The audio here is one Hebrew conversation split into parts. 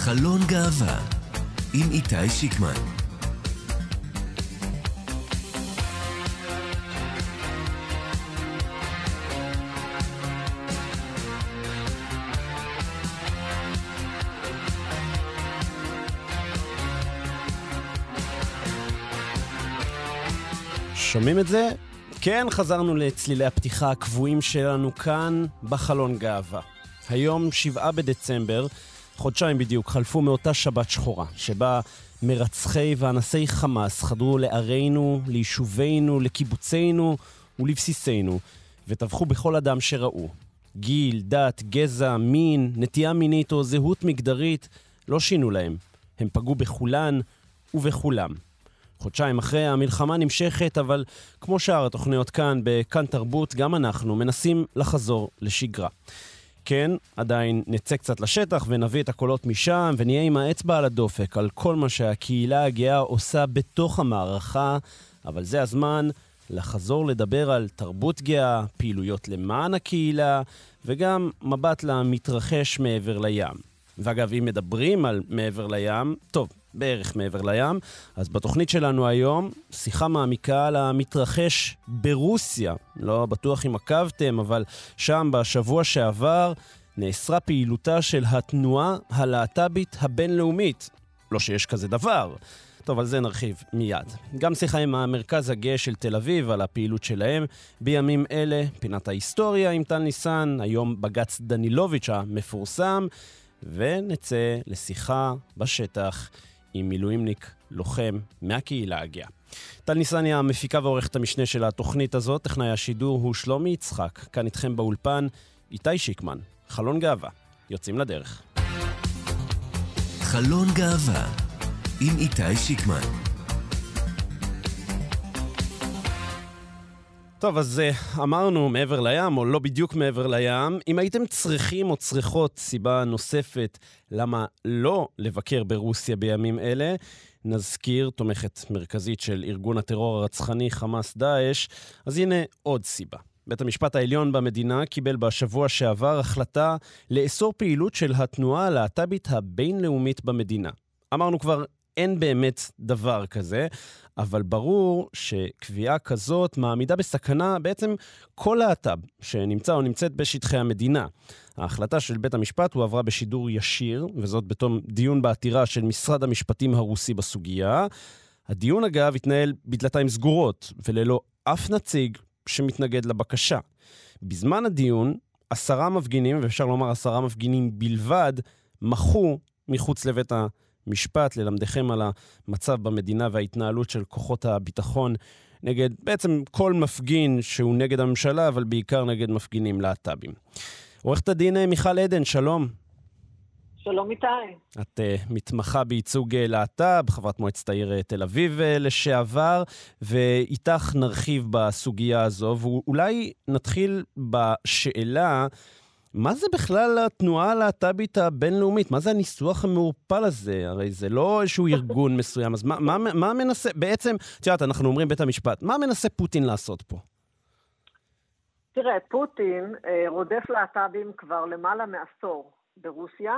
חלון גאווה עם איתי שיקמן. שומעים את זה? כן, חזרנו לצלילי הפתיחה הקבועים שלנו כאן בחלון גאווה. היום 7 בדצמבר, חודשיים בדיוק, חלפו מאותה שבת שחורה, שבה מרצחי ואנסי חמאס חדרו לערינו, ליישובינו, לקיבוצינו ולבסיסינו, וטבחו בכל אדם שראו. גיל, דת, גזע, מין, נטייה מינית או זהות מגדרית, לא שינו להם. הם פגעו בכולן ובכולם. חודשיים אחרי המלחמה נמשכת, אבל כמו שאר התוכניות כאן, בכאן תרבות, גם אנחנו מנסים לחזור לשגרה. כן, עדיין נצא קצת לשטח ונביא את הקולות משם, ונהיה עם האצבע על הדופק על כל מה שהקהילה הגאה עושה בתוך המערכה, אבל זה הזמן לחזור לדבר על תרבות גאה, פעילויות למען הקהילה, וגם מבט למתרחש מעבר לים. ואגב, אם מדברים על מעבר לים, טוב, בערך מעבר לים, אז בתוכנית שלנו היום, שיחה מעמיקה על המתרחש ברוסיה. לא בטוח אם עקבתם, אבל שם בשבוע שעבר נאסרה פעילותה של התנועה הלהט"בית הבינלאומית. לא שיש כזה דבר. טוב, על זה נרחיב מיד. גם שיחה עם המרכז הגאה של תל אביב על הפעילות שלהם. בימים אלה, פינת ההיסטוריה עם טל ניסן, היום בג"ץ דנילוביץ' המפורסם, ונצא לשיחה בשטח עם מילואימניק לוחם מהקהילה הגאה. טל ניסן היא המפיקה ועורכת המשנה של התוכנית הזאת. טכנאי השידור הוא שלומי יצחק. כאן איתכם באולפן איתי שיקמן. חלון גאווה. יוצאים לדרך. חלון גאווה עם איתי שיקמן. טוב, אז אמרנו מעבר לים, או לא בדיוק מעבר לים. אם הייתם צריכים או צריכות סיבה נוספת למה לא לבקר ברוסיה בימים אלה, נזכיר, תומכת מרכזית של ארגון הטרור הרצחני חמאס דאעש, אז הנה עוד סיבה. בית המשפט העליון במדינה קיבל בשבוע שעבר החלטה לאסור פעילות של התנועה הלהט"בית הבינלאומית במדינה. אמרנו כבר, אין באמת דבר כזה, אבל ברור שקביעה כזאת מעמידה בסכנה בעצם כל להט"ב שנמצא או נמצאת בשטחי המדינה. ההחלטה של בית המשפט הועברה בשידור ישיר, וזאת בתום דיון בעתירה של משרד המשפטים הרוסי בסוגיה. הדיון אגב התנהל בדלתיים סגורות, וללא אף נציג שמתנגד לבקשה. בזמן הדיון, 10 מפגינים, ואפשר לומר 10 מפגינים בלבד, מחו מחוץ לבית משפט ללמדכם על המצב במדינה וההתנהלות של כוחות הביטחון נגד בעצם כל מפגין שהוא נגד הממשלה, אבל בעיקר נגד מפגינים להט"בים. עורכת הדין מיכל עדן, שלום. שלום איתי. את מתמחה בייצוג להט"ב, חברת מועצת העיר תל אביב לשעבר, ואיתך נרחיב בסוגיה הזו, ואולי נתחיל בשאלה, מה זה בכלל התנועה הלהט"בית הבינלאומית? מה זה הניסוח המעורפל הזה? הרי זה לא איזשהו ארגון מסוים. אז מה מנסה, בעצם, תראה, אנחנו אומרים בית המשפט, מה מנסה פוטין לעשות פה? תראה, פוטין רודף להט"בים כבר למעלה מעשור ברוסיה,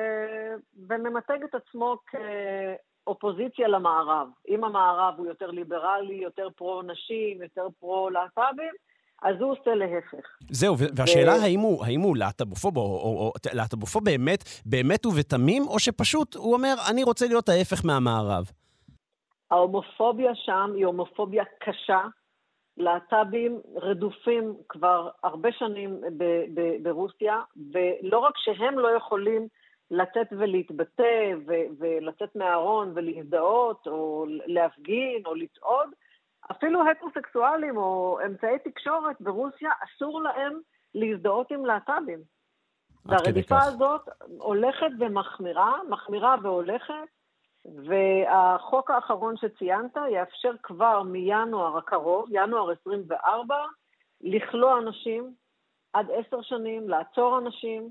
וממתג את עצמו כאופוזיציה למערב. אם המערב הוא יותר ליברלי, יותר פרו-נשים, יותר פרו-להט"בים, אז הוא עושה להפך. זהו, והשאלה האם הוא להט"בופוב, או להט"בופוב באמת הוא ותמים, או שפשוט הוא אומר, אני רוצה להיות ההפך מהמערב? ההומופוביה שם היא הומופוביה קשה. להט"בים רדופים כבר הרבה שנים ברוסיה, ולא רק שהם לא יכולים לצאת ולהתבטא, ולצאת מהארון ולהזדהות, או להפגין, או לצעוד, אפילו הטרוסקסואלים או אמצעי תקשורת ברוסיה אסור להם להזדהות עם להט"בים. והרדיפה הזאת הולכת ומחמירה, מחמירה והולכת, והחוק האחרון שציינת יאפשר כבר מינואר הקרוב, ינואר 24, לכלוא אנשים עד 10 שנים, לעצור אנשים,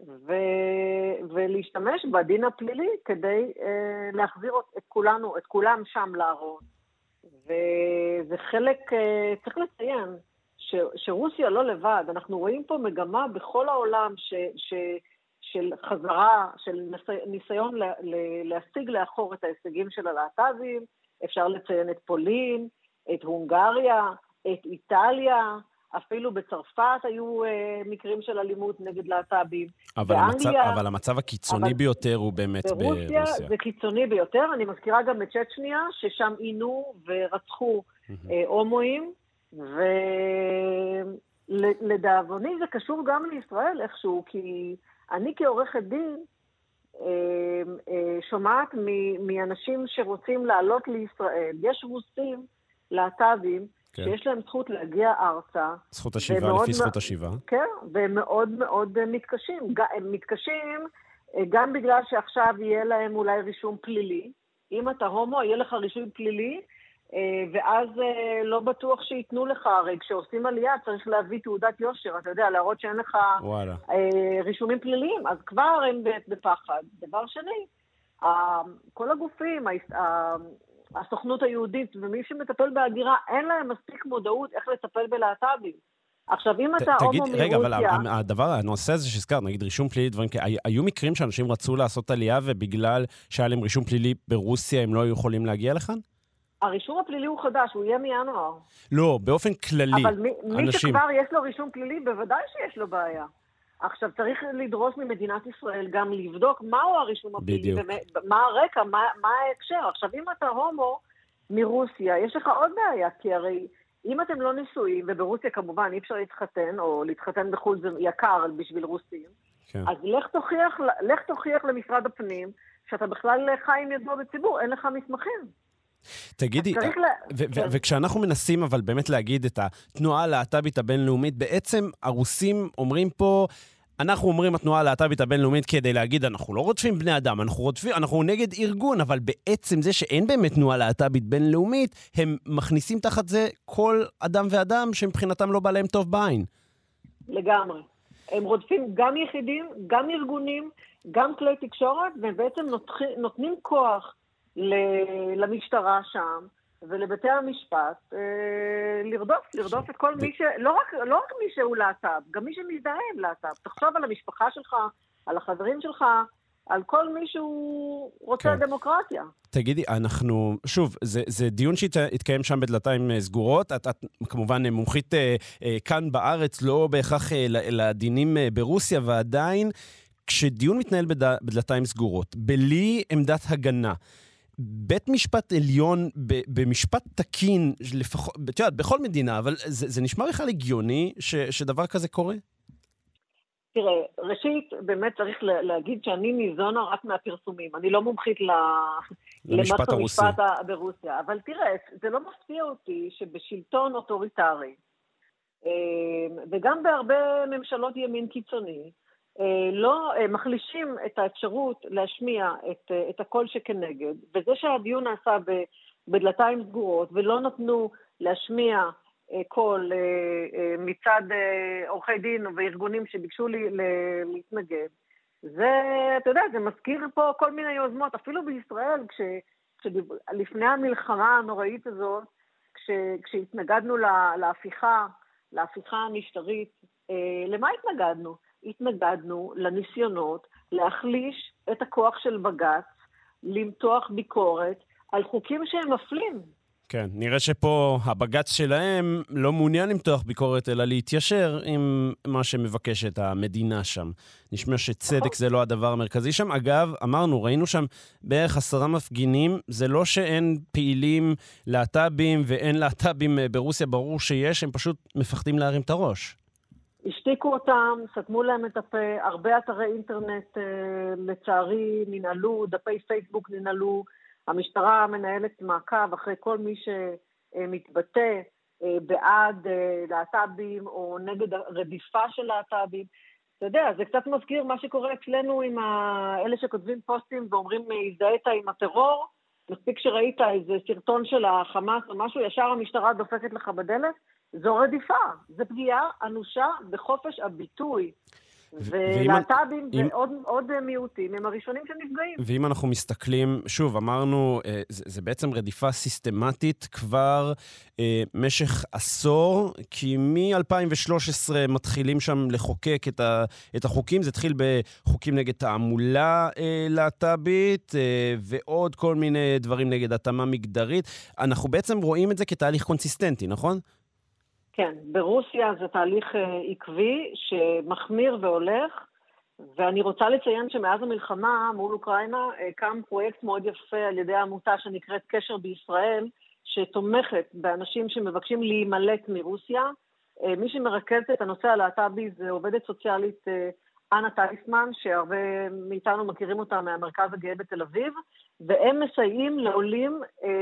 ולהשתמש בדין הפלילי כדי להחזיר את כולם שם לארון. וזה חלק, צריך לציין, שרוסיה לא לבד. אנחנו רואים פה מגמה בכל העולם של חזרה, של ניסיון להשיג לאחור את ההישגים של הלהט"בים. אפשר לציין את פולין, את הונגריה, את איטליה, אפילו בצרפת היו מקרים של אלימות נגד להט"בים. אבל המצב הקיצוני ביותר הוא באמת ברוסיה. ברוסיה זה קיצוני ביותר. אני מזכירה גם את צ'צ'ניה, ששם עינו ורצחו הומואים, ולדאבוני זה קשור גם לישראל איכשהו, כי אני כעורכת דין שומעת מאנשים שרוצים לעלות לישראל. יש רוסים, להט"בים, שיש להם זכות להגיע ארצה. זכות השיבה, לפי זכות השיבה. כן, והם מאוד מאוד מתקשים. הם מתקשים גם בגלל שעכשיו יהיה להם אולי רישום פלילי. אם אתה הומו, יהיה לך רישום פלילי, ואז לא בטוח שיתנו לך, הרי כשעושים עלייה צריך להביא תעודת יושר, אתה יודע, להראות שאין לך רישומים פליליים, אז כבר הם בפחד. דבר שני, כל הגופים, הסוכנות היהודית ומי שמטפל בהגירה, אין להם מספיק מודעות איך לטפל בלהט"בים. עכשיו, אם אתה הומו מרוסיה... רגע, אבל הנושא הזה שהזכרת, נגיד רישום פלילי, דברים כאלה, היו מקרים שאנשים רצו לעשות עלייה, ובגלל שהיה להם רישום פלילי ברוסיה, הם לא היו יכולים להגיע לכאן? הרישום הפלילי הוא חדש, הוא יהיה מינואר. לא, באופן כללי. אבל מי שכבר יש לו רישום פלילי, בוודאי שיש לו בעיה. עכשיו, צריך לדרוש ממדינת ישראל גם לבדוק מהו הרישום הפלילי, מה הרקע, מה ההקשר. עכשיו, אם אתה הומו מרוסיה, יש לך עוד בעיה, כי הרי אם אתם לא נישואים, וברוסיה כמובן אי אפשר להתחתן, או להתחתן בחו"ל זה יקר בשביל רוסים, כן. אז לך תוכיח למשרד הפנים, שאתה בכלל חי עם ידוע בציבור, אין לך מסמכים. תגידי, וכשאנחנו מנסים אבל באמת להגיד את התנועה הלהט"בית הבינלאומית, בעצם הרוסים אומרים פה, אנחנו אומרים התנועה הלהט"בית הבינלאומית כדי להגיד, אנחנו לא רודפים בני אדם, אנחנו נגד ארגון, אבל בעצם זה שאין באמת תנועה להט"בית בינלאומית, הם מכניסים תחת זה כל אדם ואדם שמבחינתם לא בא להם טוב בעין. לגמרי. הם רודפים גם יחידים, גם ארגונים, גם כלי תקשורת, והם בעצם נותנים כוח למשטרה שם, ולבתי המשפט, לרדוף את כל מי לא רק מי שהוא להט"ב, גם מי שמזדהה עם להט"ב. תחשוב על המשפחה שלך, על החברים שלך, על כל מי שהוא רוצה דמוקרטיה. תגידי, שוב, זה דיון שהתקיים שם בדלתיים סגורות, את כמובן מומחית כאן בארץ, לא בהכרח לדינים ברוסיה, ועדיין, כשדיון מתנהל בדלתיים סגורות, בלי עמדת הגנה, בית משפט עליון במשפט תקין, לפחות, בכל מדינה, אבל זה נשמע בכלל הגיוני שדבר כזה קורה? תראה, ראשית, באמת צריך להגיד שאני ניזונה רק מהפרסומים. אני לא מומחית למשפט הרוסי. ברוסיה. אבל תראה, זה לא מפתיע אותי שבשלטון אוטוריטרי, וגם בהרבה ממשלות ימין קיצוני, לא מחלישים את האפשרות להשמיע את הקול שכנגד, וזה שהדיון נעשה בדלתיים סגורות, ולא נתנו להשמיע קול מצד עורכי דין וארגונים שביקשו להתנגד, זה, אתה יודע, זה מזכיר פה כל מיני יוזמות, אפילו בישראל, לפני המלחמה הנוראית הזאת, כשהתנגדנו להפיכה המשטרית, למה התנגדנו? התנגדנו לניסיונות להחליש את הכוח של בג"ץ, למתוח ביקורת על חוקים שהם מפלים. כן, נראה שפה הבג"ץ שלהם לא מעוניין למתוח ביקורת, אלא להתיישר עם מה שמבקשת המדינה שם. נשמע שצדק זה לא הדבר המרכזי שם. אגב, ראינו שם בערך 10 מפגינים, זה לא שאין פעילים להט"בים ואין להט"בים ברוסיה, ברור שיש, הם פשוט מפחדים להרים את הראש. השתיקו אותם, סתמו להם את הפה, הרבה אתרי אינטרנט לצערי ננעלו, דפי פייסבוק ננעלו, המשטרה מנהלת מעקב אחרי כל מי שמתבטא בעד להט"בים או נגד רדיפה של להט"בים. אתה יודע, זה קצת מזכיר מה שקורה אצלנו עם אלה שכותבים פוסטים ואומרים הזדהית עם הטרור, מספיק שראית איזה סרטון של החמאס או משהו, ישר המשטרה דופקת לך בדלת, זו רדיפה, זו פגיעה אנושה בחופש הביטוי. ולהט"בים ועוד מיעוטים הם הראשונים שנפגעים. ואם אנחנו מסתכלים, שוב, אמרנו, זה בעצם רדיפה סיסטמטית כבר משך עשור, כי מ-2013 מתחילים שם לחוקק את החוקים, זה התחיל בחוקים נגד תעמולה להט"בית, ועוד כל מיני דברים נגד התאמה מגדרית. אנחנו בעצם רואים את זה כתהליך קונסיסטנטי, נכון? כן, ברוסיה זה תהליך עקבי שמחמיר והולך, ואני רוצה לציין שמאז המלחמה מול אוקראינה קם פרויקט מאוד יפה על ידי העמותה שנקראת קשר בישראל, שתומכת באנשים שמבקשים להימלט מרוסיה. מי שמרכזת את הנושא הלהט"בי זה עובדת סוציאלית אנה טליסמן, שהרבה מאיתנו מכירים אותה מהמרכז הגאה בתל אביב, והם מסייעים לעולים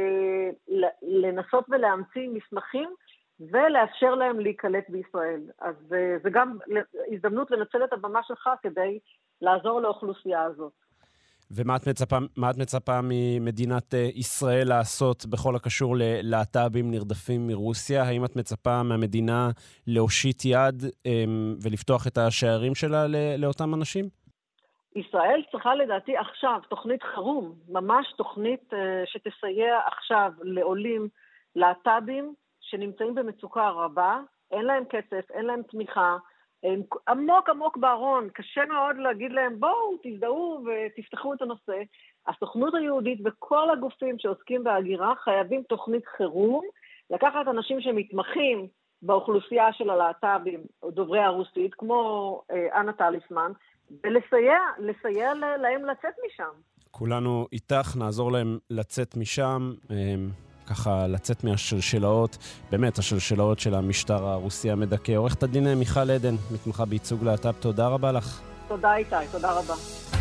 לנסות ולהמציא מסמכים, ולאפשר להם להיקלט בישראל. אז זה גם הזדמנות לנצל את הבמה שלך כדי לעזור לאוכלוסייה הזאת. ומה את מצפה ממדינת ישראל לעשות בכל הקשור ללהט"בים נרדפים מרוסיה? האם את מצפה מהמדינה להושיט יד ולפתוח את השערים שלה לאותם אנשים? ישראל צריכה לדעתי עכשיו תוכנית חירום, ממש תוכנית שתסייע עכשיו לעולים להט"בים שנמצאים במצוקה רבה, אין להם כסף, אין להם תמיכה, הם עמוק עמוק בארון, קשה מאוד להגיד להם בואו תזדהו ותפתחו את הנושא. הסוכנות היהודית וכל הגופים שעוסקים בהגירה חייבים תוכנית חירום, לקחת אנשים שמתמחים באוכלוסייה של הלהט"בים או דוברי הרוסית, כמו אנה טליסמן, ולסייע להם לצאת משם. כולנו איתך, נעזור להם לצאת משם, ככה לצאת מהשלשלאות, באמת השלשלאות של המשטר הרוסי המדכא. עורכת הדין מיכל עדן, מתמחה בייצוג להט"ב, תודה רבה לך. תודה איתי, תודה רבה.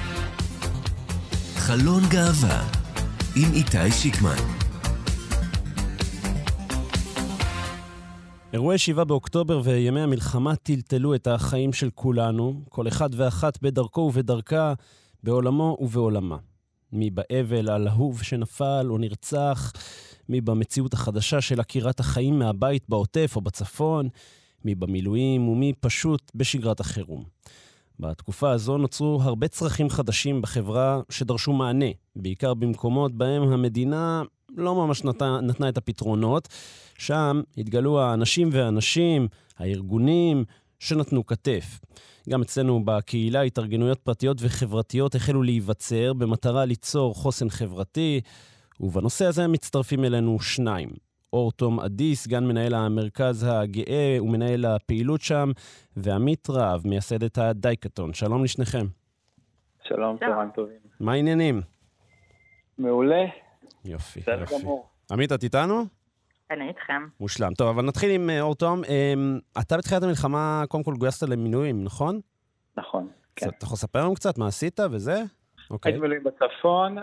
חלון גאווה עם איתי שיקמן. אירועי 7 באוקטובר וימי המלחמה טלטלו את החיים של כולנו, כל אחד ואחת בדרכו ובדרכה, בעולמו ובעולמה. מי באבל על אהוב שנפל או נרצח, מי במציאות החדשה של עקירת החיים מהבית בעוטף או בצפון, מי במילואים ומי פשוט בשגרת החירום. בתקופה הזו נוצרו הרבה צרכים חדשים בחברה שדרשו מענה, בעיקר במקומות בהם המדינה לא ממש נתנה את הפתרונות. שם התגלו האנשים והאנשים, הארגונים שנתנו כתף. גם אצלנו בקהילה התארגנויות פרטיות וחברתיות החלו להיווצר במטרה ליצור חוסן חברתי, ובנושא הזה מצטרפים אלינו שניים. אור תום עדי, סגן מנהל המרכז הגאה ומנהל הפעילות שם, ועמית רהב, מייסדת הדייקתון. שלום לשניכם. שלום, צהריים טובים. מה העניינים? מעולה. יופי, בסדר גמור. עמית, את איתנו? אני איתכם. מושלם. טוב, אבל נתחיל עם אור תום. אתה בתחילת המלחמה קודם כל גויסת למילואים, נכון? נכון, כן. אתה יכול לספר לנו קצת מה עשית וזה? הייתי מילואים בצפון,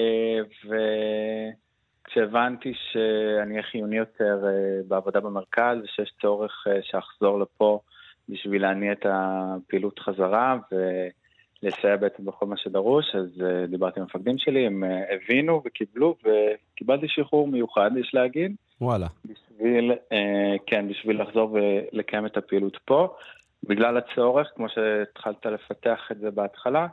וכשהבנתי שאני אהיה חיוני יותר בעבודה במרכז, ושיש צורך שאחזור לפה בשביל להניע את הפעילות חזרה, ולסייע בעצם בכל מה שדרוש, אז דיברתי עם המפקדים שלי, הם הבינו וקיבלו, וקיבלתי שחרור מיוחד, יש להגיד. וואלה. בשביל לחזור ולקיים את הפעילות פה, בגלל הצורך, כמו שהתחלת לפתח את זה בהתחלה,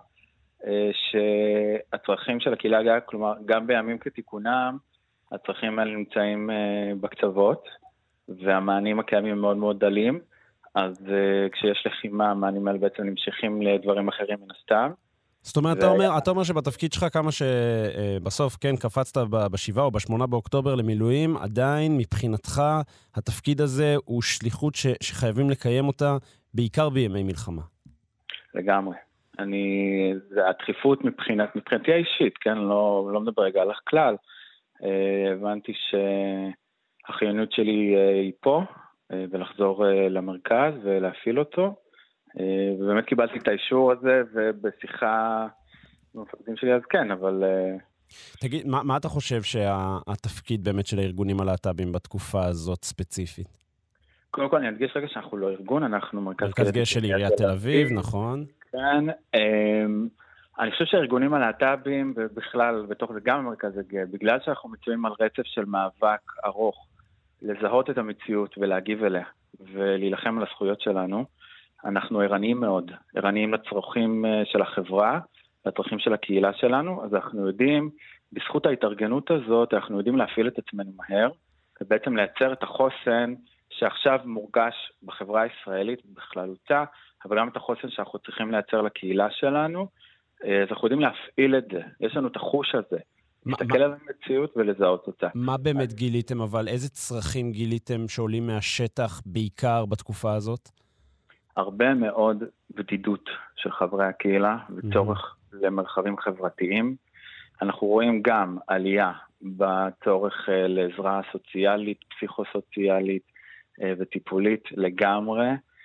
שהצרכים של הקהילה הגאה, כלומר, גם בימים כתיקונם, הצרכים האלה נמצאים בקצוות, והמענים הקיימים מאוד מאוד דלים, אז כשיש לחימה, המענים האלה בעצם נמשכים לדברים אחרים מן הסתם. זאת אומרת, אתה אומר שבתפקיד שלך כמה שבסוף כן קפצת ב7 או ב8 באוקטובר למילואים, עדיין מבחינתך התפקיד הזה הוא שליחות שחייבים לקיים אותה בעיקר בימי מלחמה. לגמרי. זה הדחיפות מבחינתי האישית, כן? לא מדבר רגע על הכלל. הבנתי שהחיוניות שלי היא פה, ולחזור למרכז ולהפעיל אותו. ובאמת קיבלתי את האישור הזה, ובשיחה במפקדים שלי אז כן, אבל... תגיד, מה אתה חושב שהתפקיד באמת של הארגונים הלהט"בים בתקופה הזאת ספציפית? קודם כל אני אדגיש רגע שאנחנו לא ארגון, אנחנו מרכז גאה של עיריית תל אביב, נכון? כן, אני חושב שהארגונים הלהט"בים, ובכלל בתוך זה גם המרכז הגאה, בגלל שאנחנו מצויים על רצף של מאבק ארוך, לזהות את המציאות ולהגיב אליה, ולהילחם על הזכויות שלנו, אנחנו ערניים מאוד, ערניים לצרכים של החברה, לצרכים של הקהילה שלנו, אז אנחנו יודעים, בזכות ההתארגנות הזאת, אנחנו יודעים להפעיל את עצמנו מהר, ובעצם לייצר את החוסן שעכשיו מורגש בחברה הישראלית בכללותה, אבל גם את החוסן שאנחנו צריכים לייצר לקהילה שלנו, אז אנחנו יודעים להפעיל את זה, יש לנו את החוש הזה, להסתכל על המציאות ולזהות אותה. מה באמת גיליתם, אבל איזה צרכים גיליתם שעולים מהשטח בעיקר בתקופה הזאת? הרבה מאוד בדידות של חברי הקהילה וצורך למרחבים חברתיים. אנחנו רואים גם עלייה בצורך לעזרה סוציאלית, פסיכוסוציאלית וטיפולית לגמרי.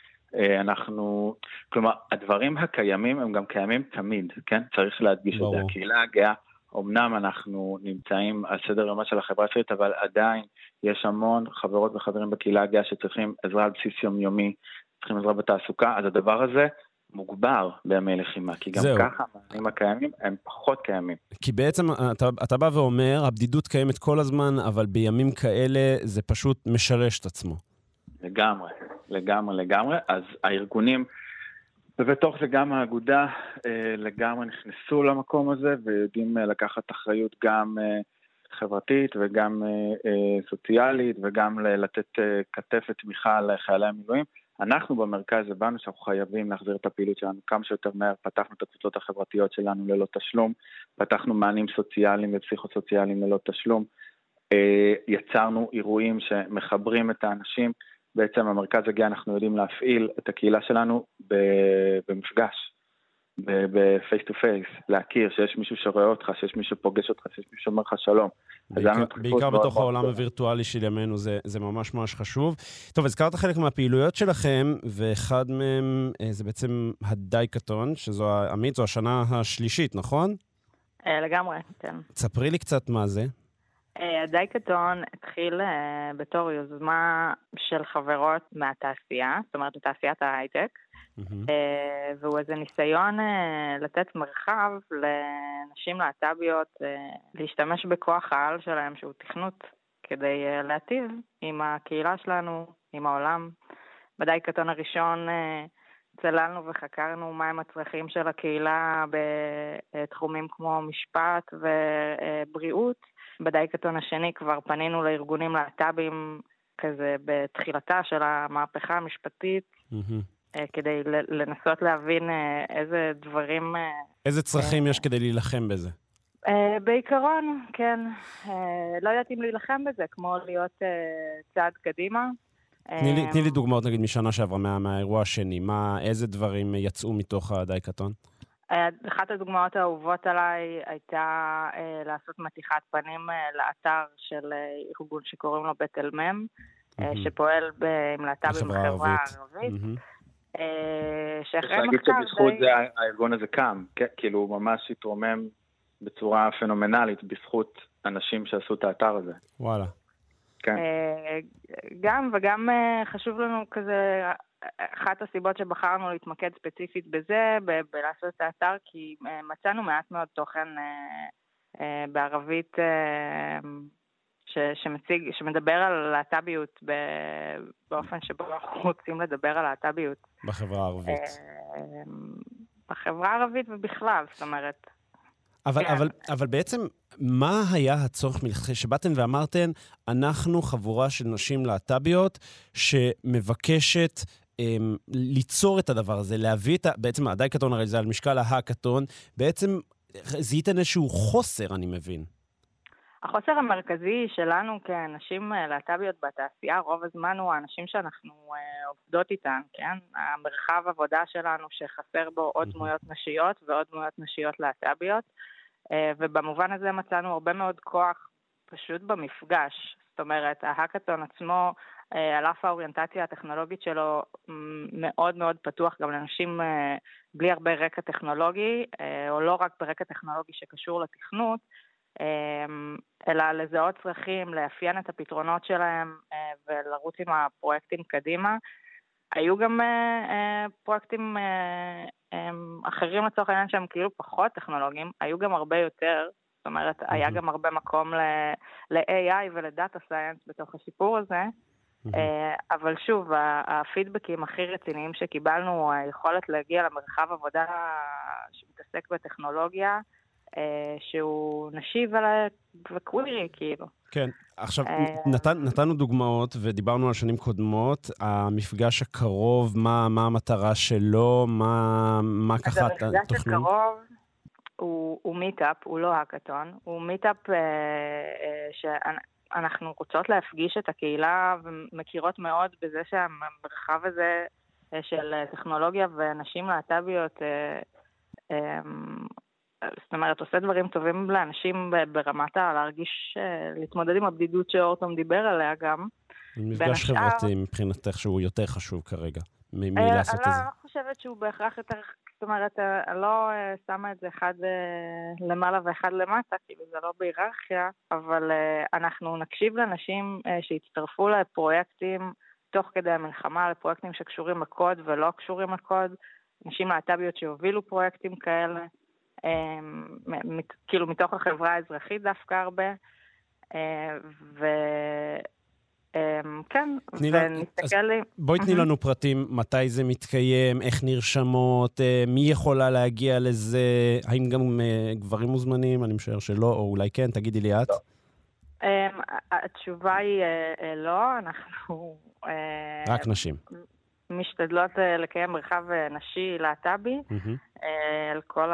כלומר, הדברים הקיימים הם גם קיימים תמיד, כן? צריך להדגיש את זה. הקהילה הגאה, אמנם אנחנו נמצאים על סדר יומה של החברה הישראלית, אבל עדיין יש המון חברות וחברים בקהילה הגאה שצריכים עזרה על בסיס יומיומי, צריכים עזרה בתעסוקה, אז הדבר הזה מוגבר בימי לחימה, כי גם ככה המענים הקיימים הם פחות קיימים. כי בעצם אתה בא ואומר, הבדידות קיימת כל הזמן, אבל בימים כאלה זה פשוט משרש את עצמו. לגמרי. אז הארגונים, ובתוך זה גם האגודה, לגמרי נכנסו למקום הזה, ויודעים לקחת אחריות גם חברתית וגם סוציאלית, וגם לתת כתף ותמיכה לחיילי המילואים. אנחנו במרכז הבנו שאנחנו חייבים להחזיר את הפעילות שלנו כמה שיותר מהר, פתחנו את הקבוצות החברתיות שלנו ללא תשלום, פתחנו מענים סוציאליים ופסיכוסוציאליים ללא תשלום, יצרנו אירועים שמחברים את האנשים, בעצם המרכז הגאה אנחנו יודעים להפעיל את הקהילה שלנו במפגש, בפייס טו פייס, להכיר שיש מישהו שרואה אותך, שיש מישהו פוגש אותך, שיש מישהו שאומר לך שלום. בעיקר בתוך העולם הווירטואלי של ימינו, זה ממש ממש חשוב. טוב, הזכרת חלק מהפעילויות שלכם, ואחד מהם זה בעצם הדייקתון, שזו עמית, זו השנה השלישית, נכון? לגמרי, כן. תספרי לי קצת מה זה. הדייקתון התחיל בתור יוזמה של חברות מהתעשייה, זאת אומרת, מתעשיית ההייטק, והוא איזה ניסיון לתת מרחב לנשים להט"ביות להשתמש בכוח העל שלהם שהוא תכנות כדי להטיב עם הקהילה שלנו, עם העולם. בדייקתון הראשון צללנו וחקרנו מהם הצרכים של הקהילה בתחומים כמו משפט ובריאות. בדייקתון השני כבר פנינו לארגונים להט"בים כזה בתחילתה של המהפכה המשפטית, כדי לנסות להבין איזה דברים... איזה צרכים יש כדי להילחם בזה? בעיקרון, כן. לא יודעת אם להילחם בזה, כמו להיות צעד קדימה. תני לי דוגמאות, נגיד, משנה שעברה, מהאירוע השני. איזה דברים יצאו מתוך הדייקתון? אחת הדוגמאות האהובות עליי הייתה לעשות מתיחת פנים לאתר של ארגון שקוראים לו בית אלמם, שפועל עם להט"בים בחברה הערבית. אפשר להגיד שבזכות זה הארגון הזה קם, כאילו הוא ממש התרומם בצורה פנומנלית בזכות אנשים שעשו את האתר הזה. וואלה. כן. וגם חשוב לנו כזה, אחת הסיבות שבחרנו להתמקד ספציפית בזה, בלעשות את האתר, כי מצאנו מעט מאוד תוכן בערבית שמדבר על להט"ביות באופן שבו אנחנו רוצים לדבר על להט"ביות. בחברה הערבית. בחברה הערבית ובכלל, זאת אומרת. אבל בעצם, מה היה הצורך מלכתחילה שבאתם ואמרתם, אנחנו חבורה של נשים להט"ביות שמבקשת ליצור את הדבר הזה, להביא את, בעצם הדייקתון הרי זה על משקל ההאקתון, בעצם זיהיתם איזשהו חוסר, אני מבין. החוסר המרכזי שלנו כאנשים להט"ביות בתעשייה, רוב הזמן הוא האנשים שאנחנו עובדות איתן, כן? המרחב עבודה שלנו שחסר בו עוד דמויות נשיות ועוד דמויות נשיות להט"ביות, ובמובן הזה מצאנו הרבה מאוד כוח פשוט במפגש. זאת אומרת, ההאקתון עצמו, על אף האוריינטציה הטכנולוגית שלו, מאוד מאוד פתוח גם לאנשים בלי הרבה רקע טכנולוגי, או לא רק ברקע טכנולוגי שקשור לתכנות, אלא לזהות צרכים, לאפיין את הפתרונות שלהם ולרוץ עם הפרויקטים קדימה. היו גם פרויקטים אחרים לצורך העניין שהם כאילו פחות טכנולוגיים, היו גם הרבה יותר, זאת אומרת, היה גם הרבה מקום ל-AI ולדאטה סייאנס בתוך הסיפור הזה, אבל שוב, הפידבקים הכי רציניים שקיבלנו, היכולת להגיע למרחב עבודה שמתעסק בטכנולוגיה, שהוא נשי וקווירי, כאילו. כן, עכשיו, נתנו דוגמאות ודיברנו על שנים קודמות, המפגש הקרוב, מה המטרה שלו, מה ככה תוכנן? המפגש הקרוב הוא מיטאפ, הוא לא האקתון, הוא מיטאפ שאנחנו רוצות להפגיש את הקהילה ומכירות מאוד בזה שהמרחב הזה של טכנולוגיה ונשים להט"ביות זאת אומרת, עושה דברים טובים לאנשים ברמת להרגיש, להתמודד עם הבדידות שאורטום דיבר עליה גם. מפגש חברתי מבחינתך שהוא יותר חשוב כרגע, מלעשות את זה. אני לא חושבת שהוא בהכרח יותר, זאת אומרת, לא שמה את זה אחד למעלה ואחד למטה, כאילו זה לא בהיררכיה, אבל אנחנו נקשיב לאנשים שהצטרפו לפרויקטים תוך כדי המלחמה, לפרויקטים שקשורים לקוד ולא קשורים לקוד, נשים להט"ביות שהובילו פרויקטים כאלה, כאילו מתוך החברה האזרחית דווקא הרבה, וכן, ונסתכל לי. בואי תני לנו פרטים, מתי זה מתקיים, איך נרשמות, מי יכולה להגיע לזה, האם גם גברים מוזמנים, אני משער שלא, או אולי כן, תגידי לי את. התשובה היא לא, אנחנו רק נשים. משתדלות לקיים מרחב נשי להט"בי על כל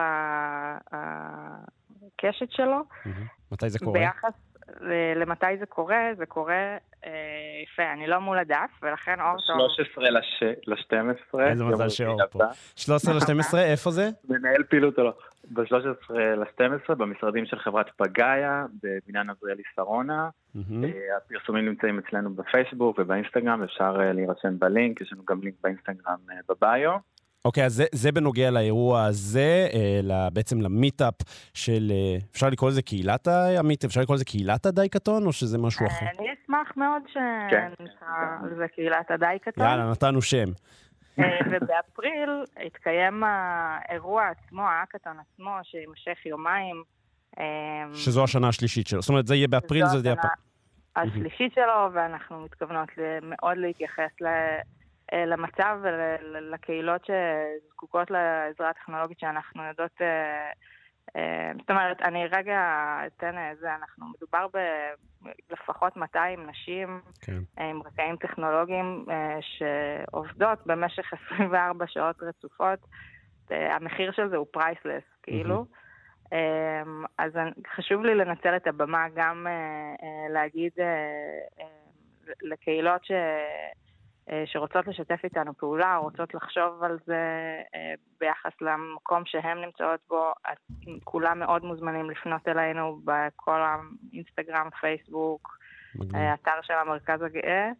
הקשת שלו. מתי זה קורה? ביחס למתי זה קורה, זה קורה יפה, אני לא מול הדף, ולכן אורטום... 13/12. איזה מזל שאור פה. 13/12, איפה זה? מנהל פעילות או לא. ב-13/12, במשרדים של חברת פגאיה, בבניין עזריאלי שרונה. הפרסומים נמצאים אצלנו בפייסבוק ובאינסטגרם, אפשר להירשם בלינק, יש לנו גם לינק באינסטגרם בביו. אוקיי, אז זה בנוגע לאירוע הזה, בעצם למיטאפ של, אפשר לקרוא לזה קהילת המיטאפ, אפשר לקרוא לזה קהילת הדייקתון, או שזה משהו אחר? אני אשמח מאוד שנקרא לזה קהילת הדייקתון. יאללה, נתנו שם. ובאפריל התקיים האירוע עצמו, האקתון עצמו, שימשך יומיים. שזו השנה השלישית שלו. זאת אומרת, זה יהיה באפריל, זה יהיה... השלישית שלו, ואנחנו מתכוונות מאוד להתייחס למצב ולקהילות שזקוקות לעזרה טכנולוגית שאנחנו יודעות, זאת אומרת, אני רגע אתן זה, מדובר בלפחות 200 נשים עם רקעים טכנולוגיים שעובדות במשך 24 שעות רצופות, המחיר של זה הוא פרייסלס, כאילו. אז חשוב לי לנצל את הבמה גם להגיד לקהילות שרוצות לשתף איתנו פעולה, רוצות לחשוב על זה ביחס למקום שהן נמצאות בו, כולם מאוד מוזמנים לפנות אלינו בכל האינסטגרם, פייסבוק, האתר של המרכז הגאה.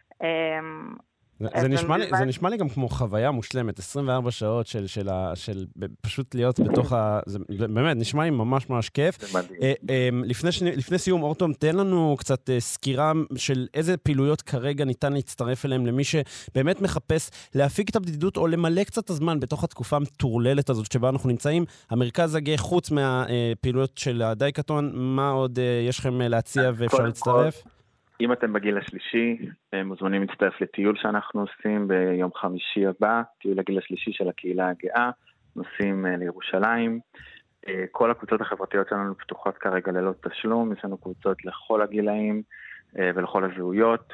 זה נשמע לי גם כמו חוויה מושלמת, 24 שעות של פשוט להיות בתוך זה באמת נשמע לי ממש ממש כיף. לפני סיום, אורטום, תן לנו קצת סקירה של איזה פעילויות כרגע ניתן להצטרף אליהם למי שבאמת מחפש להפיק את הבדידות או למלא קצת הזמן בתוך התקופה המטורללת הזאת שבה אנחנו נמצאים. המרכז הגאה, חוץ מהפעילויות של הדייקתון, מה עוד יש לכם להציע ואפשר להצטרף? אם אתם בגיל השלישי, מוזמנים להצטרף לטיול שאנחנו עושים ביום חמישי הבא, טיול הגיל השלישי של הקהילה הגאה, נוסעים לירושלים. כל הקבוצות החברתיות שלנו פתוחות כרגע ללא תשלום, יש לנו קבוצות לכל הגילאים ולכל הזהויות,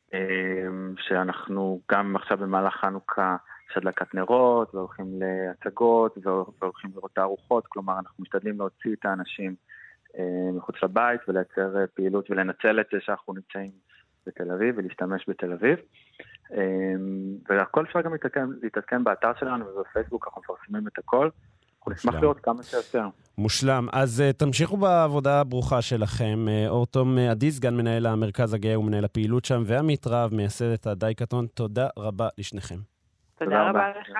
שאנחנו גם עכשיו במהלך חנוכה יש הדלקת נרות, והולכים להצגות, והולכים לראות תערוכות, כלומר אנחנו משתדלים להוציא את האנשים מחוץ לבית ולייצר פעילות ולנצל את זה שאנחנו נמצאים בתל אביב ולהשתמש בתל אביב. והכל אפשר גם להתעדכן באתר שלנו ובפייסבוק, אנחנו מפרסמים את הכל. אנחנו נשמח לראות כמה שיותר. מושלם. אז תמשיכו בעבודה הברוכה שלכם. אורטום עדי, סגן מנהל המרכז הגאה ומנהל הפעילות שם, ועמית רב, מייסד את הדייקתון. תודה רבה לשניכם. תודה רבה לך.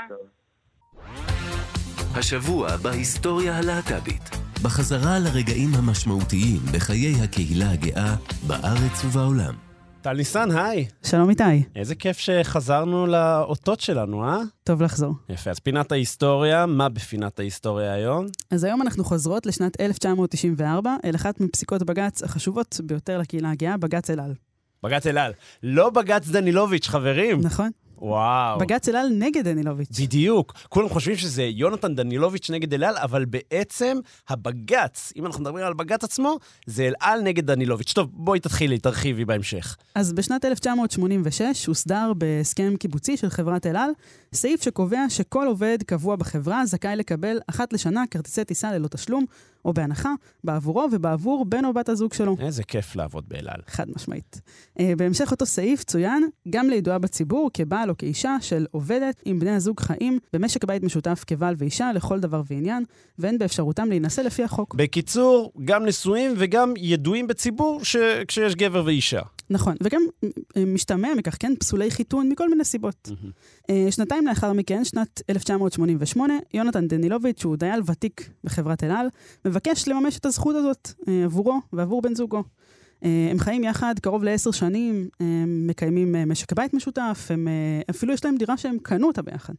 השבוע בהיסטוריה הלהט"בית. בחזרה לרגעים המשמעותיים בחיי הקהילה הגאה בארץ ובעולם. טל ניסן, היי. שלום איתי. איזה כיף שחזרנו לאותות שלנו, טוב לחזור. יפה, אז פינת ההיסטוריה, מה בפינת ההיסטוריה היום? אז היום אנחנו חוזרות לשנת 1994, אל אחת מפסיקות בג"ץ החשובות ביותר לקהילה הגאה, בג"ץ אל על. בג"ץ אלעל. לא בג"ץ דנילוביץ', חברים. נכון. וואו. בג"ץ אלעל נגד דנילוביץ'. בדיוק. כולם חושבים שזה יונתן דנילוביץ' נגד אלעל, אבל בעצם הבג"ץ, אם אנחנו מדברים על בג"ץ עצמו, זה אלעל נגד דנילוביץ'. טוב, בואי תתחילי, תרחיבי בהמשך. אז בשנת 1986 הוסדר בהסכם קיבוצי של חברת אלעל, סעיף שקובע שכל עובד קבוע בחברה זכאי לקבל אחת לשנה כרטיסי טיסה ללא תשלום, או בהנחה, בעבורו ובעבור בן או בת הזוג שלו. איזה כיף לעבוד באלעל. חד משמעית. בהמשך אותו סעיף צוין גם לידועה בציבור כבעל או כאישה של עובדת עם בני הזוג חיים במשק בית משותף כבעל ואישה לכל דבר ועניין, ואין באפשרותם להינשא לפי החוק. בקיצור, גם נשואים וגם ידועים בציבור כשיש גבר ואישה. נכון, וגם משתמע מכך, כן, פסולי חיתון מכל מיני סיבות. שנתיים לאחר מכן, שנת 1988, יונתן דנילוביץ', שהוא דייל ותיק בחברת אלעל, מבקש לממש את הזכות הזאת עבורו ועבור בן זוגו. הם חיים יחד קרוב ל10 שנים, מקיימים משק בית משותף, אפילו יש להם דירה שהם קנו אותה ביחד.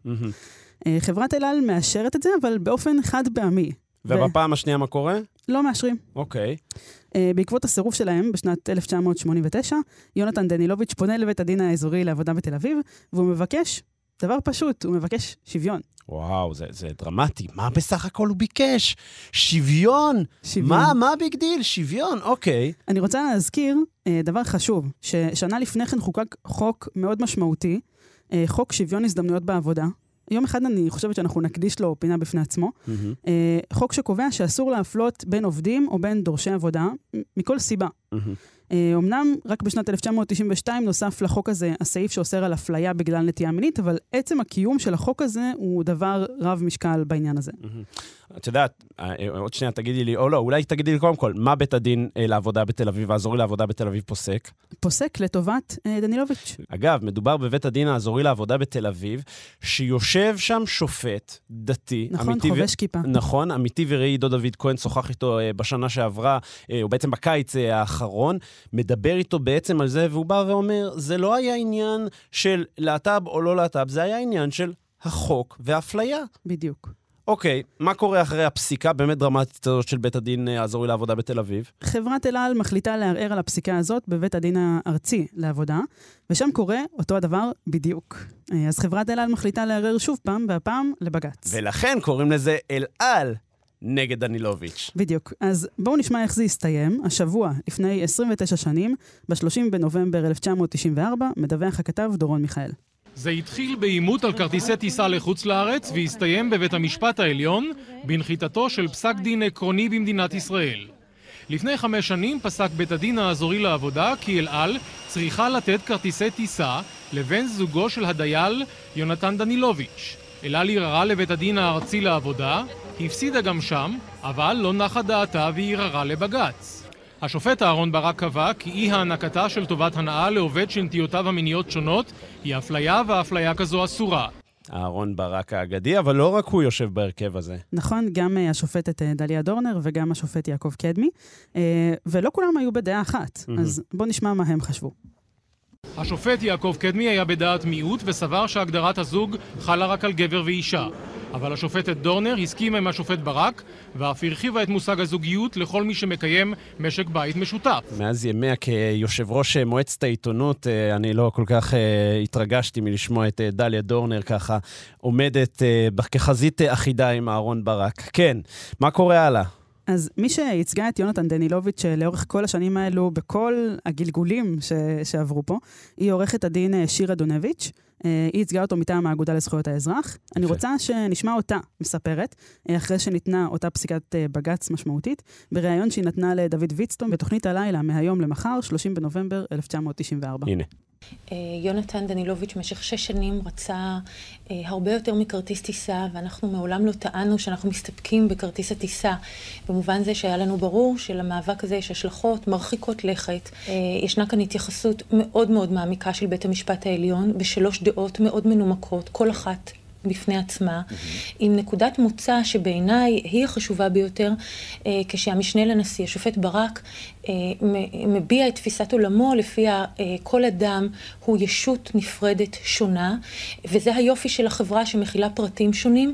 חברת אלעל מאשרת את זה, אבל באופן חד פעמי. ובפעם השנייה מה קורה? לא מאשרים. אוקיי. בעקבות הסירוב שלהם, בשנת 1989, יונתן דנילוביץ' פונה לבית הדין האזורי לעבודה בתל אביב, והוא מבקש, דבר פשוט, הוא מבקש שוויון. וואו, זה דרמטי. מה בסך הכל הוא ביקש? שוויון? שוויון. מה ביג דיל? שוויון, אוקיי. אני רוצה להזכיר דבר חשוב, ששנה לפני כן חוקק חוק מאוד משמעותי, חוק שוויון הזדמנויות בעבודה. יום אחד אני חושבת שאנחנו נקדיש לו פינה בפני עצמו. חוק שקובע שאסור להפלות בין עובדים או בין דורשי עבודה, מכל סיבה. אמנם רק בשנת 1992 נוסף לחוק הזה הסעיף שאוסר על אפליה בגלל נטייה מינית, אבל עצם הקיום של החוק הזה הוא דבר רב משקל בעניין הזה. את יודעת, עוד שנייה תגידי לי, או לא, אולי תגידי לי קודם כל, מה בית הדין לעבודה בתל אביב, האזורי לעבודה בתל אביב פוסק? פוסק לטובת דנילוביץ'. אגב, מדובר בבית הדין האזורי לעבודה בתל אביב, שיושב שם שופט דתי. נכון, חובש כיפה. נכון, אמיתי וראי עידו דוד כהן שוחח איתו בשנה שעברה, או בעצם בקיץ האחרון, מדבר איתו בעצם על זה, והוא בא ואומר, זה לא היה עניין של להט"ב או לא להט"ב, זה היה עניין של החוק והאפליה. בדיוק. אוקיי, מה קורה אחרי הפסיקה באמת דרמטית הזאת של בית הדין האזורי לעבודה בתל אביב? חברת אלעל מחליטה לערער על הפסיקה הזאת בבית הדין הארצי לעבודה, ושם קורה אותו הדבר בדיוק. אז חברת אלעל מחליטה לערער שוב פעם, והפעם לבג"ץ. ולכן קוראים לזה אלעל נגד דנילוביץ'. בדיוק. אז בואו נשמע איך זה יסתיים. השבוע, לפני 29 שנים, ב-30 בנובמבר 1994, מדווח הכתב דורון מיכאל. זה התחיל באימות על כרטיסי טיסה לחוץ לארץ והסתיים בבית המשפט העליון בנחיתתו של פסק דין עקרוני במדינת ישראל. לפני 5 שנים פסק בית הדין האזורי לעבודה כי אלעל צריכה לתת כרטיסי טיסה לבן זוגו של הדייל יונתן דנילוביץ'. אלעל ערערה לבית הדין הארצי לעבודה, הפסידה גם שם, אבל לא נחה דעתה וערערה לבג"ץ. השופט אהרון ברק קבע כי אי הענקתה של טובת הנאה לעובד שנטיותיו המיניות שונות היא אפליה, והאפליה כזו אסורה. אהרון ברק האגדי, אבל לא רק הוא יושב בהרכב הזה. נכון, גם השופטת דליה דורנר וגם השופט יעקב קדמי, ולא כולם היו בדעה אחת, אז בוא נשמע מה הם חשבו. השופט יעקב קדמי היה בדעת מיעוט וסבר שהגדרת הזוג חלה רק על גבר ואישה. אבל השופטת דורנר הסכימה עם השופט ברק, ואף הרחיבה את מושג הזוגיות לכל מי שמקיים משק בית משותף. מאז ימיה כיושב ראש מועצת העיתונות, אני לא כל כך התרגשתי מלשמוע את דליה דורנר ככה, עומדת כחזית אחידה עם אהרון ברק. כן, מה קורה הלאה? אז מי שייצגה את יונתן דנילוביץ' לאורך כל השנים האלו, בכל הגלגולים שעברו פה, היא עורכת הדין שירה דונביץ'. היא ייצגה אותו מטעם האגודה לזכויות האזרח. אני רוצה שנשמע אותה מספרת, אחרי שניתנה אותה פסיקת בג"ץ משמעותית, בריאיון שהיא נתנה לדוד ויצטום בתוכנית הלילה מהיום למחר, 30 בנובמבר 1994. הנה. יונתן דנילוביץ' במשך 6 שנים רצה הרבה יותר מכרטיס טיסה, ואנחנו מעולם לא טענו שאנחנו מסתפקים בכרטיס הטיסה. במובן זה שהיה לנו ברור שלמאבק הזה יש השלכות מרחיקות לכת. ישנה כאן התייחסות מאוד מאוד מעמיקה של בית המשפט העליון, ב3 דעות מאוד מנומקות, כל אחת בפני עצמה, עם נקודת מוצא שבעיניי היא החשובה ביותר, כשהמשנה לנשיא, השופט ברק, מביע את תפיסת עולמו לפיה כל אדם הוא ישות נפרדת שונה, וזה היופי של החברה שמכילה פרטים שונים,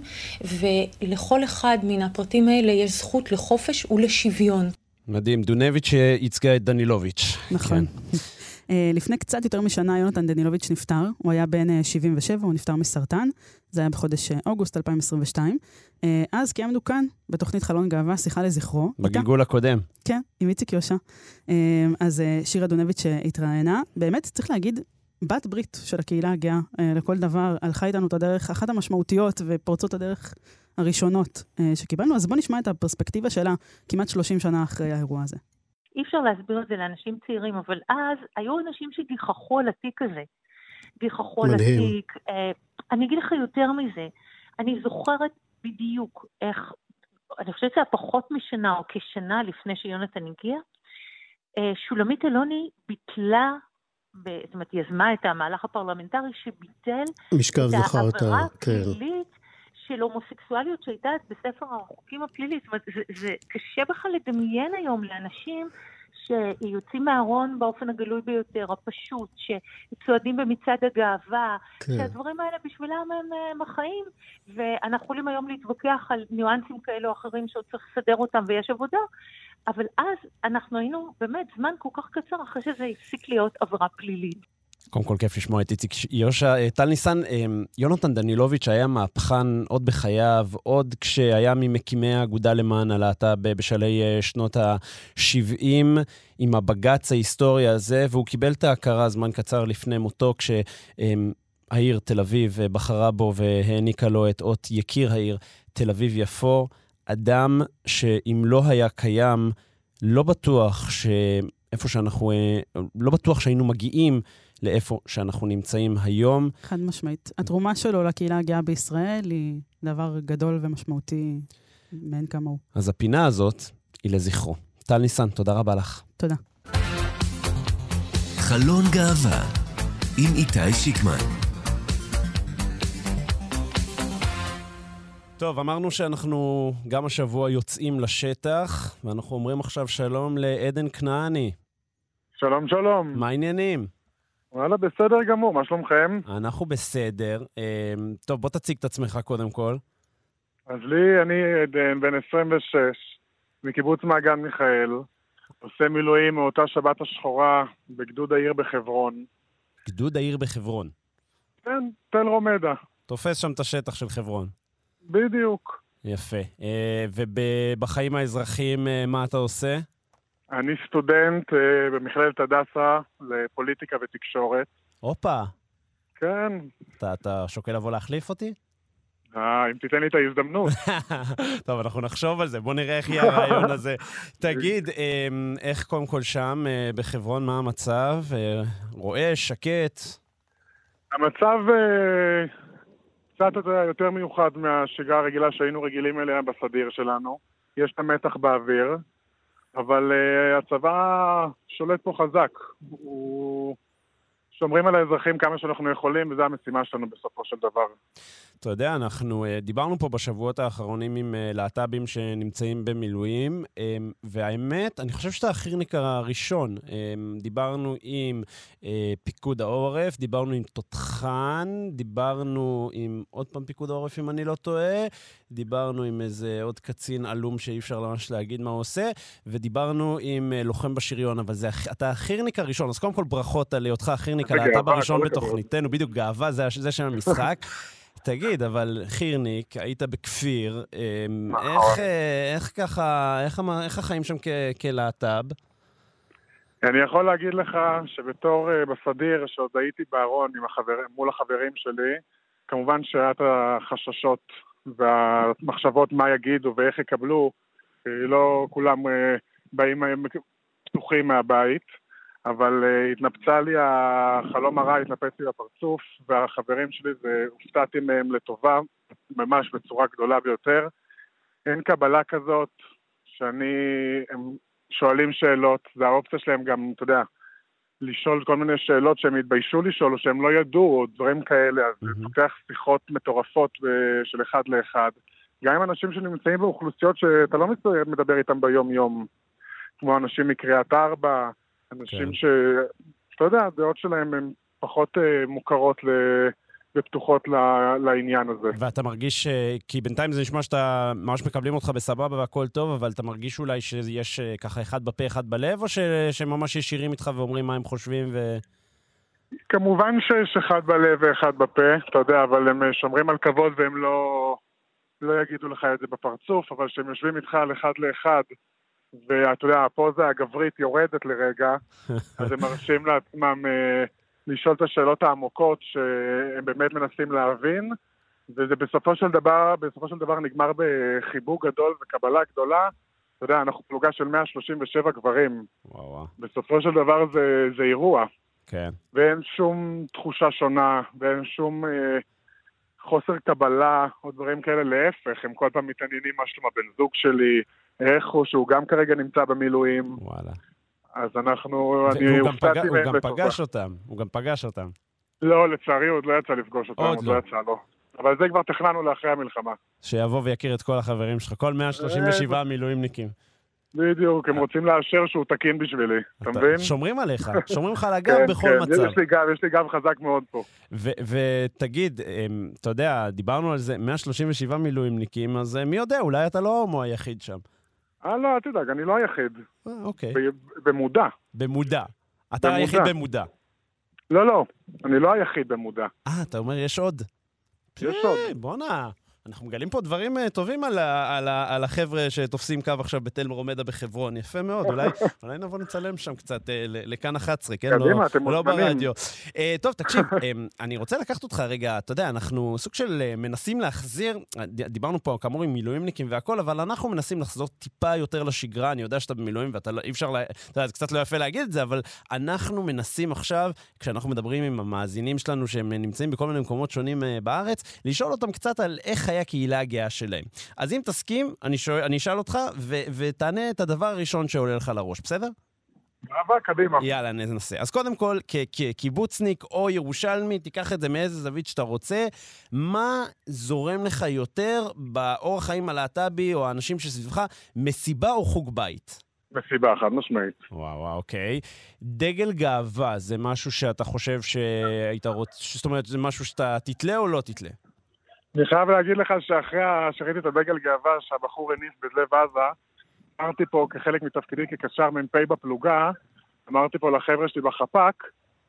ולכל אחד מן הפרטים האלה יש זכות לחופש ולשוויון. מדהים, דונביץ' ייצגה את דנילוביץ'. נכון. לפני קצת יותר משנה, יונתן דנילוביץ' נפטר. הוא היה בן 77, הוא נפטר מסרטן. זה היה בחודש אוגוסט 2022. אז קיימנו כאן, בתוכנית חלון גאווה, שיחה לזכרו. בגלגול הקודם. כן, עם איציק יושע. אז שירה דונביץ' התראיינה. באמת, צריך להגיד, בת ברית של הקהילה הגאה, לכל דבר, הלכה איתנו את הדרך, אחת המשמעותיות ופורצות הדרך הראשונות שקיבלנו. אז בוא נשמע את הפרספקטיבה שלה כמעט 30 שנה אחרי האירוע הזה. אי אפשר להסביר את זה לאנשים צעירים, אבל אז היו אנשים שגיחכו על התיק הזה. גיחכו על התיק. אני אגיד לך יותר מזה. אני זוכרת בדיוק איך, אני חושבת שזה פחות משנה או כשנה לפני שיונתן הגיע, שולמית אלוני ביטלה, זאת אומרת, יזמה את המהלך הפרלמנטרי שביטל את העבירה הפלילית של הומוסקסואליות שהייתה בספר החוקים הפלילי. זאת אומרת, זה קשה בכלל לדמיין היום לאנשים שיוצאים מהארון באופן הגלוי ביותר, הפשוט, שצועדים במצעד הגאווה, שהדברים האלה בשבילם הם החיים, ואנחנו יכולים היום להתווכח על ניואנסים כאלו או אחרים שעוד צריך לסדר אותם ויש עבודה, אבל אז אנחנו היינו באמת זמן כל כך קצר אחרי שזה הפסיק להיות עבירה פלילית. קודם כל כיף לשמוע את איציק יושע. טל ניסן, יונתן דנילוביץ' היה מהפכן עוד בחייו, עוד כשהיה ממקימי האגודה למען הלהט"ב בשלהי שנות ה-70, עם הבג"ץ ההיסטורי הזה, והוא קיבל את ההכרה זמן קצר לפני מותו, כשהעיר תל אביב בחרה בו והעניקה לו את אות יקיר העיר תל אביב יפו. אדם שאם לא היה קיים, לא בטוח לא בטוח שהיינו מגיעים לאיפה שאנחנו נמצאים היום. חד משמעית. התרומה שלו לקהילה הגאה בישראל היא דבר גדול ומשמעותי מאין כמוהו. אז הפינה הזאת היא לזכרו. טל ניסן, תודה רבה לך. תודה. חלון גאווה עם איתי שיקמן. טוב, אמרנו שאנחנו גם השבוע יוצאים לשטח, ואנחנו אומרים עכשיו שלום לעדן כנעני. שלום, שלום. מה העניינים? וואלה, בסדר גמור, מה שלומכם? אנחנו בסדר. טוב, בוא תציג את עצמך קודם כל. אז אני בן 26, מקיבוץ מעגן מיכאל, עושה מילואים מאותה שבת השחורה בגדוד העיר בחברון. גדוד העיר בחברון? כן, תל רומדה. תופס שם את השטח של חברון. בדיוק. יפה. ובחיים האזרחיים, מה אתה עושה? אני סטודנט במכללת הדסה לפוליטיקה ותקשורת. אופה. כן. אתה שוקל לבוא להחליף אותי? אם תיתן לי את ההזדמנות. טוב, אנחנו נחשוב על זה. בוא נראה איך יהיה הרעיון הזה. תגיד, איך קודם כל שם בחברון, מה המצב? רועש, שקט? המצב קצת יותר מיוחד מהשגרה הרגילה שהיינו רגילים אליה בסדיר שלנו. יש את המתח באוויר. אבל הצבא שולט פה חזק. שומרים על האזרחים כמה שאנחנו יכולים, וזו המשימה שלנו בסופו של דבר. אתה יודע, אנחנו דיברנו פה בשבועות האחרונים עם להט"בים שנמצאים במילואים, והאמת, אני חושב שאתה החירניק הראשון. דיברנו עם פיקוד העורף, דיברנו עם תותחן, דיברנו עם עוד פעם פיקוד העורף אם אני לא טועה, דיברנו עם איזה עוד קצין אלום שאי אפשר ממש להגיד מה הוא עושה, ודיברנו עם לוחם בשריון, אבל אתה החירניק הראשון, אז קודם כל ברכות על היותך החירניק הלהט"ב הראשון בתוכניתנו, בדיוק גאווה, זה שם המשחק. תגיד, אבל חירניק, היית בכפיר, איך ככה, איך החיים שם כלהט"ב? אני יכול להגיד לך שבתור בסדיר, שעוד הייתי בארון מול החברים שלי, כמובן שאת החששות והמחשבות מה יגידו ואיך יקבלו, לא כולם באים פתוחים מהבית, אבל התנפצה לי החלום הרע, התנפץ לי בפרצוף, והחברים שלי, והופתעתי מהם לטובה, ממש בצורה גדולה ביותר. אין קבלה כזאת, הם שואלים שאלות, זה האופציה שלהם גם, אתה יודע, לשאול כל מיני שאלות שהם התביישו לשאול, או שהם לא ידעו, או דברים כאלה, אז זה לוקח שיחות מטורפות של אחד לאחד. גם עם אנשים שנמצאים באוכלוסיות שאתה לא מדבר איתם ביום-יום, כמו אנשים מקריית ארבע, אנשים שאתה יודע, הדעות שלהם הן פחות מוכרות ופתוחות לעניין הזה. ואתה מרגיש, כי בינתיים זה נשמע שאתה ממש מקבלים אותך בסבבה והכל טוב, אבל אתה מרגיש אולי שיש ככה אחד בפה, אחד בלב, או שממש ישירים איתך ואומרים מה הם חושבים כמובן שיש אחד בלב ואחד בפה, אתה יודע, אבל הם שומרים על כבוד והם לא יגידו לך את זה בפרצוף, אבל שהם יושבים איתך על אחד לאחד, ואתה יודע, הפוזה הגברית יורדת לרגע, אז הם מרשים לעצמם לשאול את השאלות העמוקות שהם באמת מנסים להבין, וזה בסופו של דבר נגמר בחיבוק גדול וקבלה גדולה. אתה יודע, אנחנו פלוגה של 137 גברים. וואו. בסופו של דבר זה אירוע. כן. ואין שום תחושה שונה, ואין שום חוסר קבלה או דברים כאלה, להפך, הם כל פעם מתעניינים מה שלום הבן זוג שלי, איך הוא, שהוא גם כרגע נמצא במילואים. וואלה. אז אני הופתעתי מהם הוא גם פגש אותם. לא, לצערי עוד לא יצא לפגוש אותם, עוד לא יצא, לא. אבל זה כבר תכננו לאחרי המלחמה. שיבוא ויכיר את כל החברים שלך, כל 137 מילואימניקים. בדיוק, הם רוצים לאשר שהוא תקין בשבילי, אתה מבין? שומרים עליך, שומרים לך על הגב בכל מצב. יש לי גב חזק מאוד פה. ותגיד, אתה יודע, דיברנו על זה, 137 מילואימניקים, אז מי יודע, אולי אתה לא הומו היחיד שם. לא, תדאג, אני לא היחיד. אוקיי. במודע. במודע. אתה היחיד במודע. לא, אני לא היחיד במודע. אתה אומר, יש עוד. יש עוד. בוא'נה. אנחנו מגלים פה דברים טובים על החבר'ה שתופסים קו עכשיו בתל מרומדה בחברון. יפה מאוד, אולי נבוא נצלם שם קצת לכאן 11, כן? קדימה, אתם לא מוזמנים. ברדיו. טוב, תקשיב, אני רוצה לקחת אותך רגע, אתה יודע, אנחנו סוג של מנסים להחזיר, דיברנו פה כאמור עם מילואימניקים והכל, אבל אנחנו מנסים לחזור טיפה יותר לשגרה, אני יודע שאתה במילואים אי אפשר, אתה יודע, זה קצת לא יפה להגיד את זה, אבל אנחנו מנסים עכשיו, כשאנחנו מדברים עם המאזינים שלנו שהם נמצאים בכל מיני מקומות שונים בארץ, לשאול אותם קצת על איך היה הקהילה הגאה שלהם. אז אם תסכים, אני אשאל אותך, ותענה את הדבר הראשון שעולה לך לראש, בסדר? קדימה. יאללה, ננסה. אז קודם כל, כקיבוצניק או ירושלמי, תיקח את זה מאיזה זווית שאתה רוצה, מה זורם לך יותר באורח חיים הלהט"בי, או האנשים שסביבך, מסיבה או חוג בית? מסיבה, חד משמעית. וואו, אוקיי. דגל גאווה, זה משהו שאתה חושב שהיית רוצה, זאת אומרת, זה משהו שאתה תתלה או לא תתלה? אני חייב להגיד לך שאחרי שראיתי את הדגל גאווה שהבחור הניף בלב עזה, אמרתי פה כחלק מתפקידי כקשר מ"פ בפלוגה, אמרתי פה לחבר'ה שלי בחפ"ק,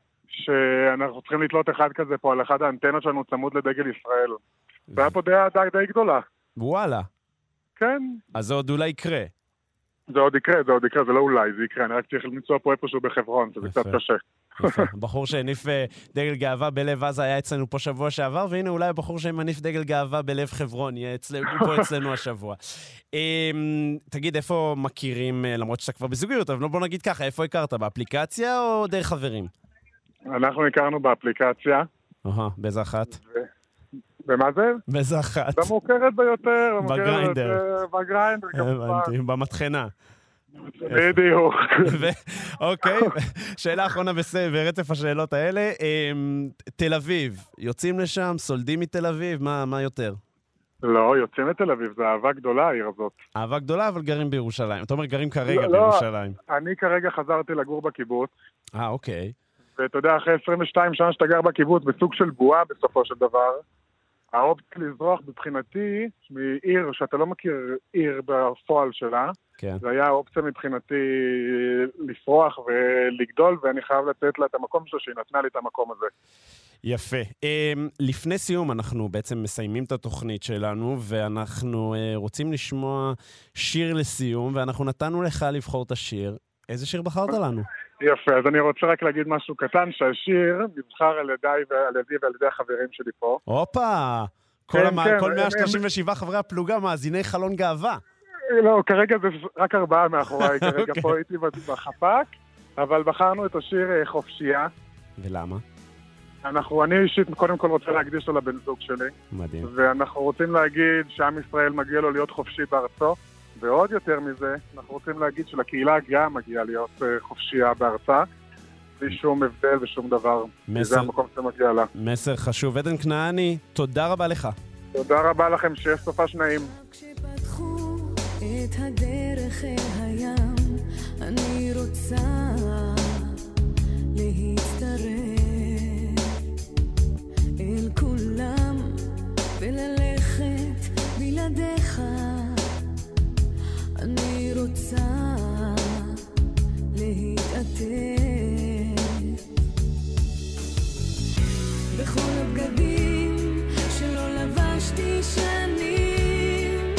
שאנחנו צריכים לתלות אחד כזה פה על אחד האנטנות שלנו צמוד לדגל ישראל. זה היה פה די גדולה. וואלה. כן. אז זה עוד אולי יקרה. זה עוד יקרה, זה לא אולי, זה יקרה. אני רק צריך למצוא פה איפשהו בחברון, זה קצת קשה. בחור שהניף דגל גאווה בלב עזה היה אצלנו פה שבוע שעבר, והנה אולי הבחור שמניף דגל גאווה בלב חברון יהיה פה אצלנו השבוע. תגיד, איפה מכירים, למרות שאתה כבר בזוגיות, אבל בוא נגיד ככה, איפה הכרת? באפליקציה או דרך חברים? אנחנו הכרנו באפליקציה. באיזה אחת? במה זה? באיזה אחת? במוכרת ביותר. בגריינדר. בגריינדר, כמובן. במטחנה. בדיוק. אוקיי, שאלה אחרונה ברצף השאלות האלה. תל אביב, יוצאים לשם, סולדים מתל אביב, מה יותר? לא, יוצאים לתל אביב, זה אהבה גדולה העיר הזאת. אהבה גדולה, אבל גרים בירושלים. אתה אומר גרים כרגע בירושלים. אני כרגע חזרתי לגור בקיבוץ. אוקיי. ואתה יודע, אחרי 22 שנה שאתה גר בקיבוץ, בסוג של בועה בסופו של דבר, האופציה לזרוח מבחינתי, מעיר שאתה לא מכיר עיר בפועל שלה, כן. זה היה האופציה מבחינתי לפרוח ולגדול, ואני חייב לתת לה את המקום שלו, שהיא נתנה לי את המקום הזה. יפה. לפני סיום אנחנו בעצם מסיימים את התוכנית שלנו, ואנחנו רוצים לשמוע שיר לסיום, ואנחנו נתנו לך לבחור את השיר. איזה שיר בחרת לנו? יפה, אז אני רוצה רק להגיד משהו קטן, שהשיר נבחר על ידי ועל ידי החברים שלי פה. הופה! כל 137 חברי הפלוגה מאזיני חלון גאווה. לא, כרגע זה רק 4 מאחוריי, כרגע פה הייתי בחפ"ק, אבל בחרנו את השיר חופשייה. ולמה? אני אישית קודם כל רוצה להקדיש לו לבן זוג שלי. מדהים. ואנחנו רוצים להגיד שעם ישראל מגיע לו להיות חופשי בארצו, ועוד יותר מזה, אנחנו רוצים להגיד שלקהילה הגאה מגיעה להיות חופשייה בארצה, בלי שום הבדל ושום דבר. זה המקום שמגיע לה. מסר חשוב. עדן כנעני, תודה רבה לך. תודה רבה לכם, שיהיה סופה שנעים. כשפתחו את הדרך אל הים, אני רוצה להצטרף אל כולם. וללכת בלעדיך. אני רוצה להתעטף בכל הבגדים שלא לבשתי שנים,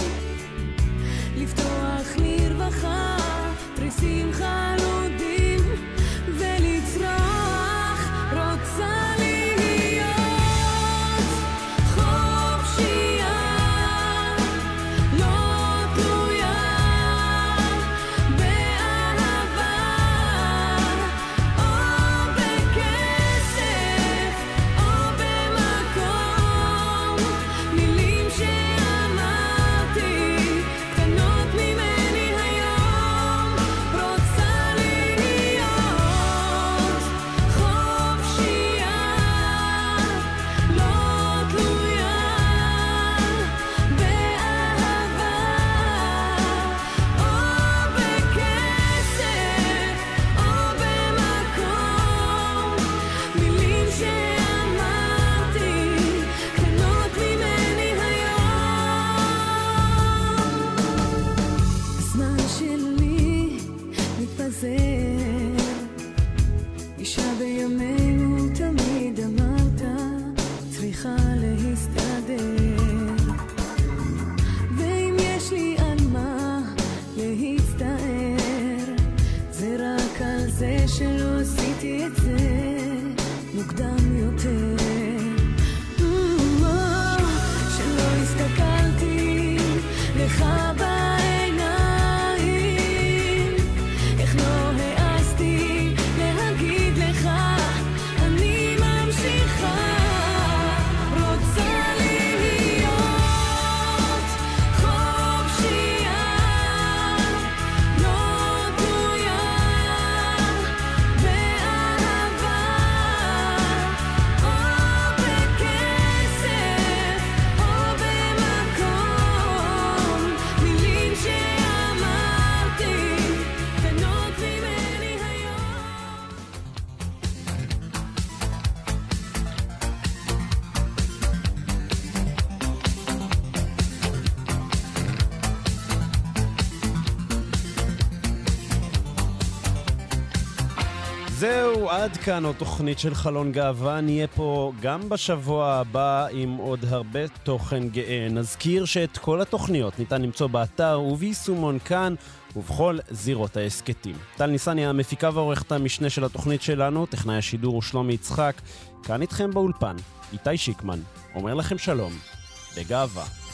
לפתוח לרווחה תריסים חלודים ולצרוח. רוצה להיות חופשייה, לא תלויה באהבה או בכסף או במקום. מילים שאמרתי קטנות ממני היום. רוצה להיות חופשייה, לא תלויה באהבה או בכסף או במקום. מילים שאמרתי קטנות ממני היום. הזמן שלי מתפזר, אישה בימינו תמיד אמרת צריכה להסתדר, ואם יש לי על מה להצטער זה רק על זה שלא עשיתי את זה מוקדם יותר. שלא הסתכלתי לך בעיניים, איך לא העזתי להגיד לך אני ממשיכה. רוצה להיות חופשייה, לא תלויה באהבה או בכסף או במקום. מילים שאמרתי קטנות ממני היום. זהו, עד כאן עוד תוכנית של חלון גאווה. נהיה פה גם בשבוע הבא עם עוד הרבה תוכן גאה. נזכיר שאת כל התוכניות ניתן למצוא באתר וביישומון כאן ובכל זירות העסקתים. טל ניסני המפיקה ועורכת המשנה של התוכנית שלנו, טכנאי השידור ושלומי יצחק. כאן איתכם באולפן, איתי שיקמן, אומר לכם שלום, בגאווה.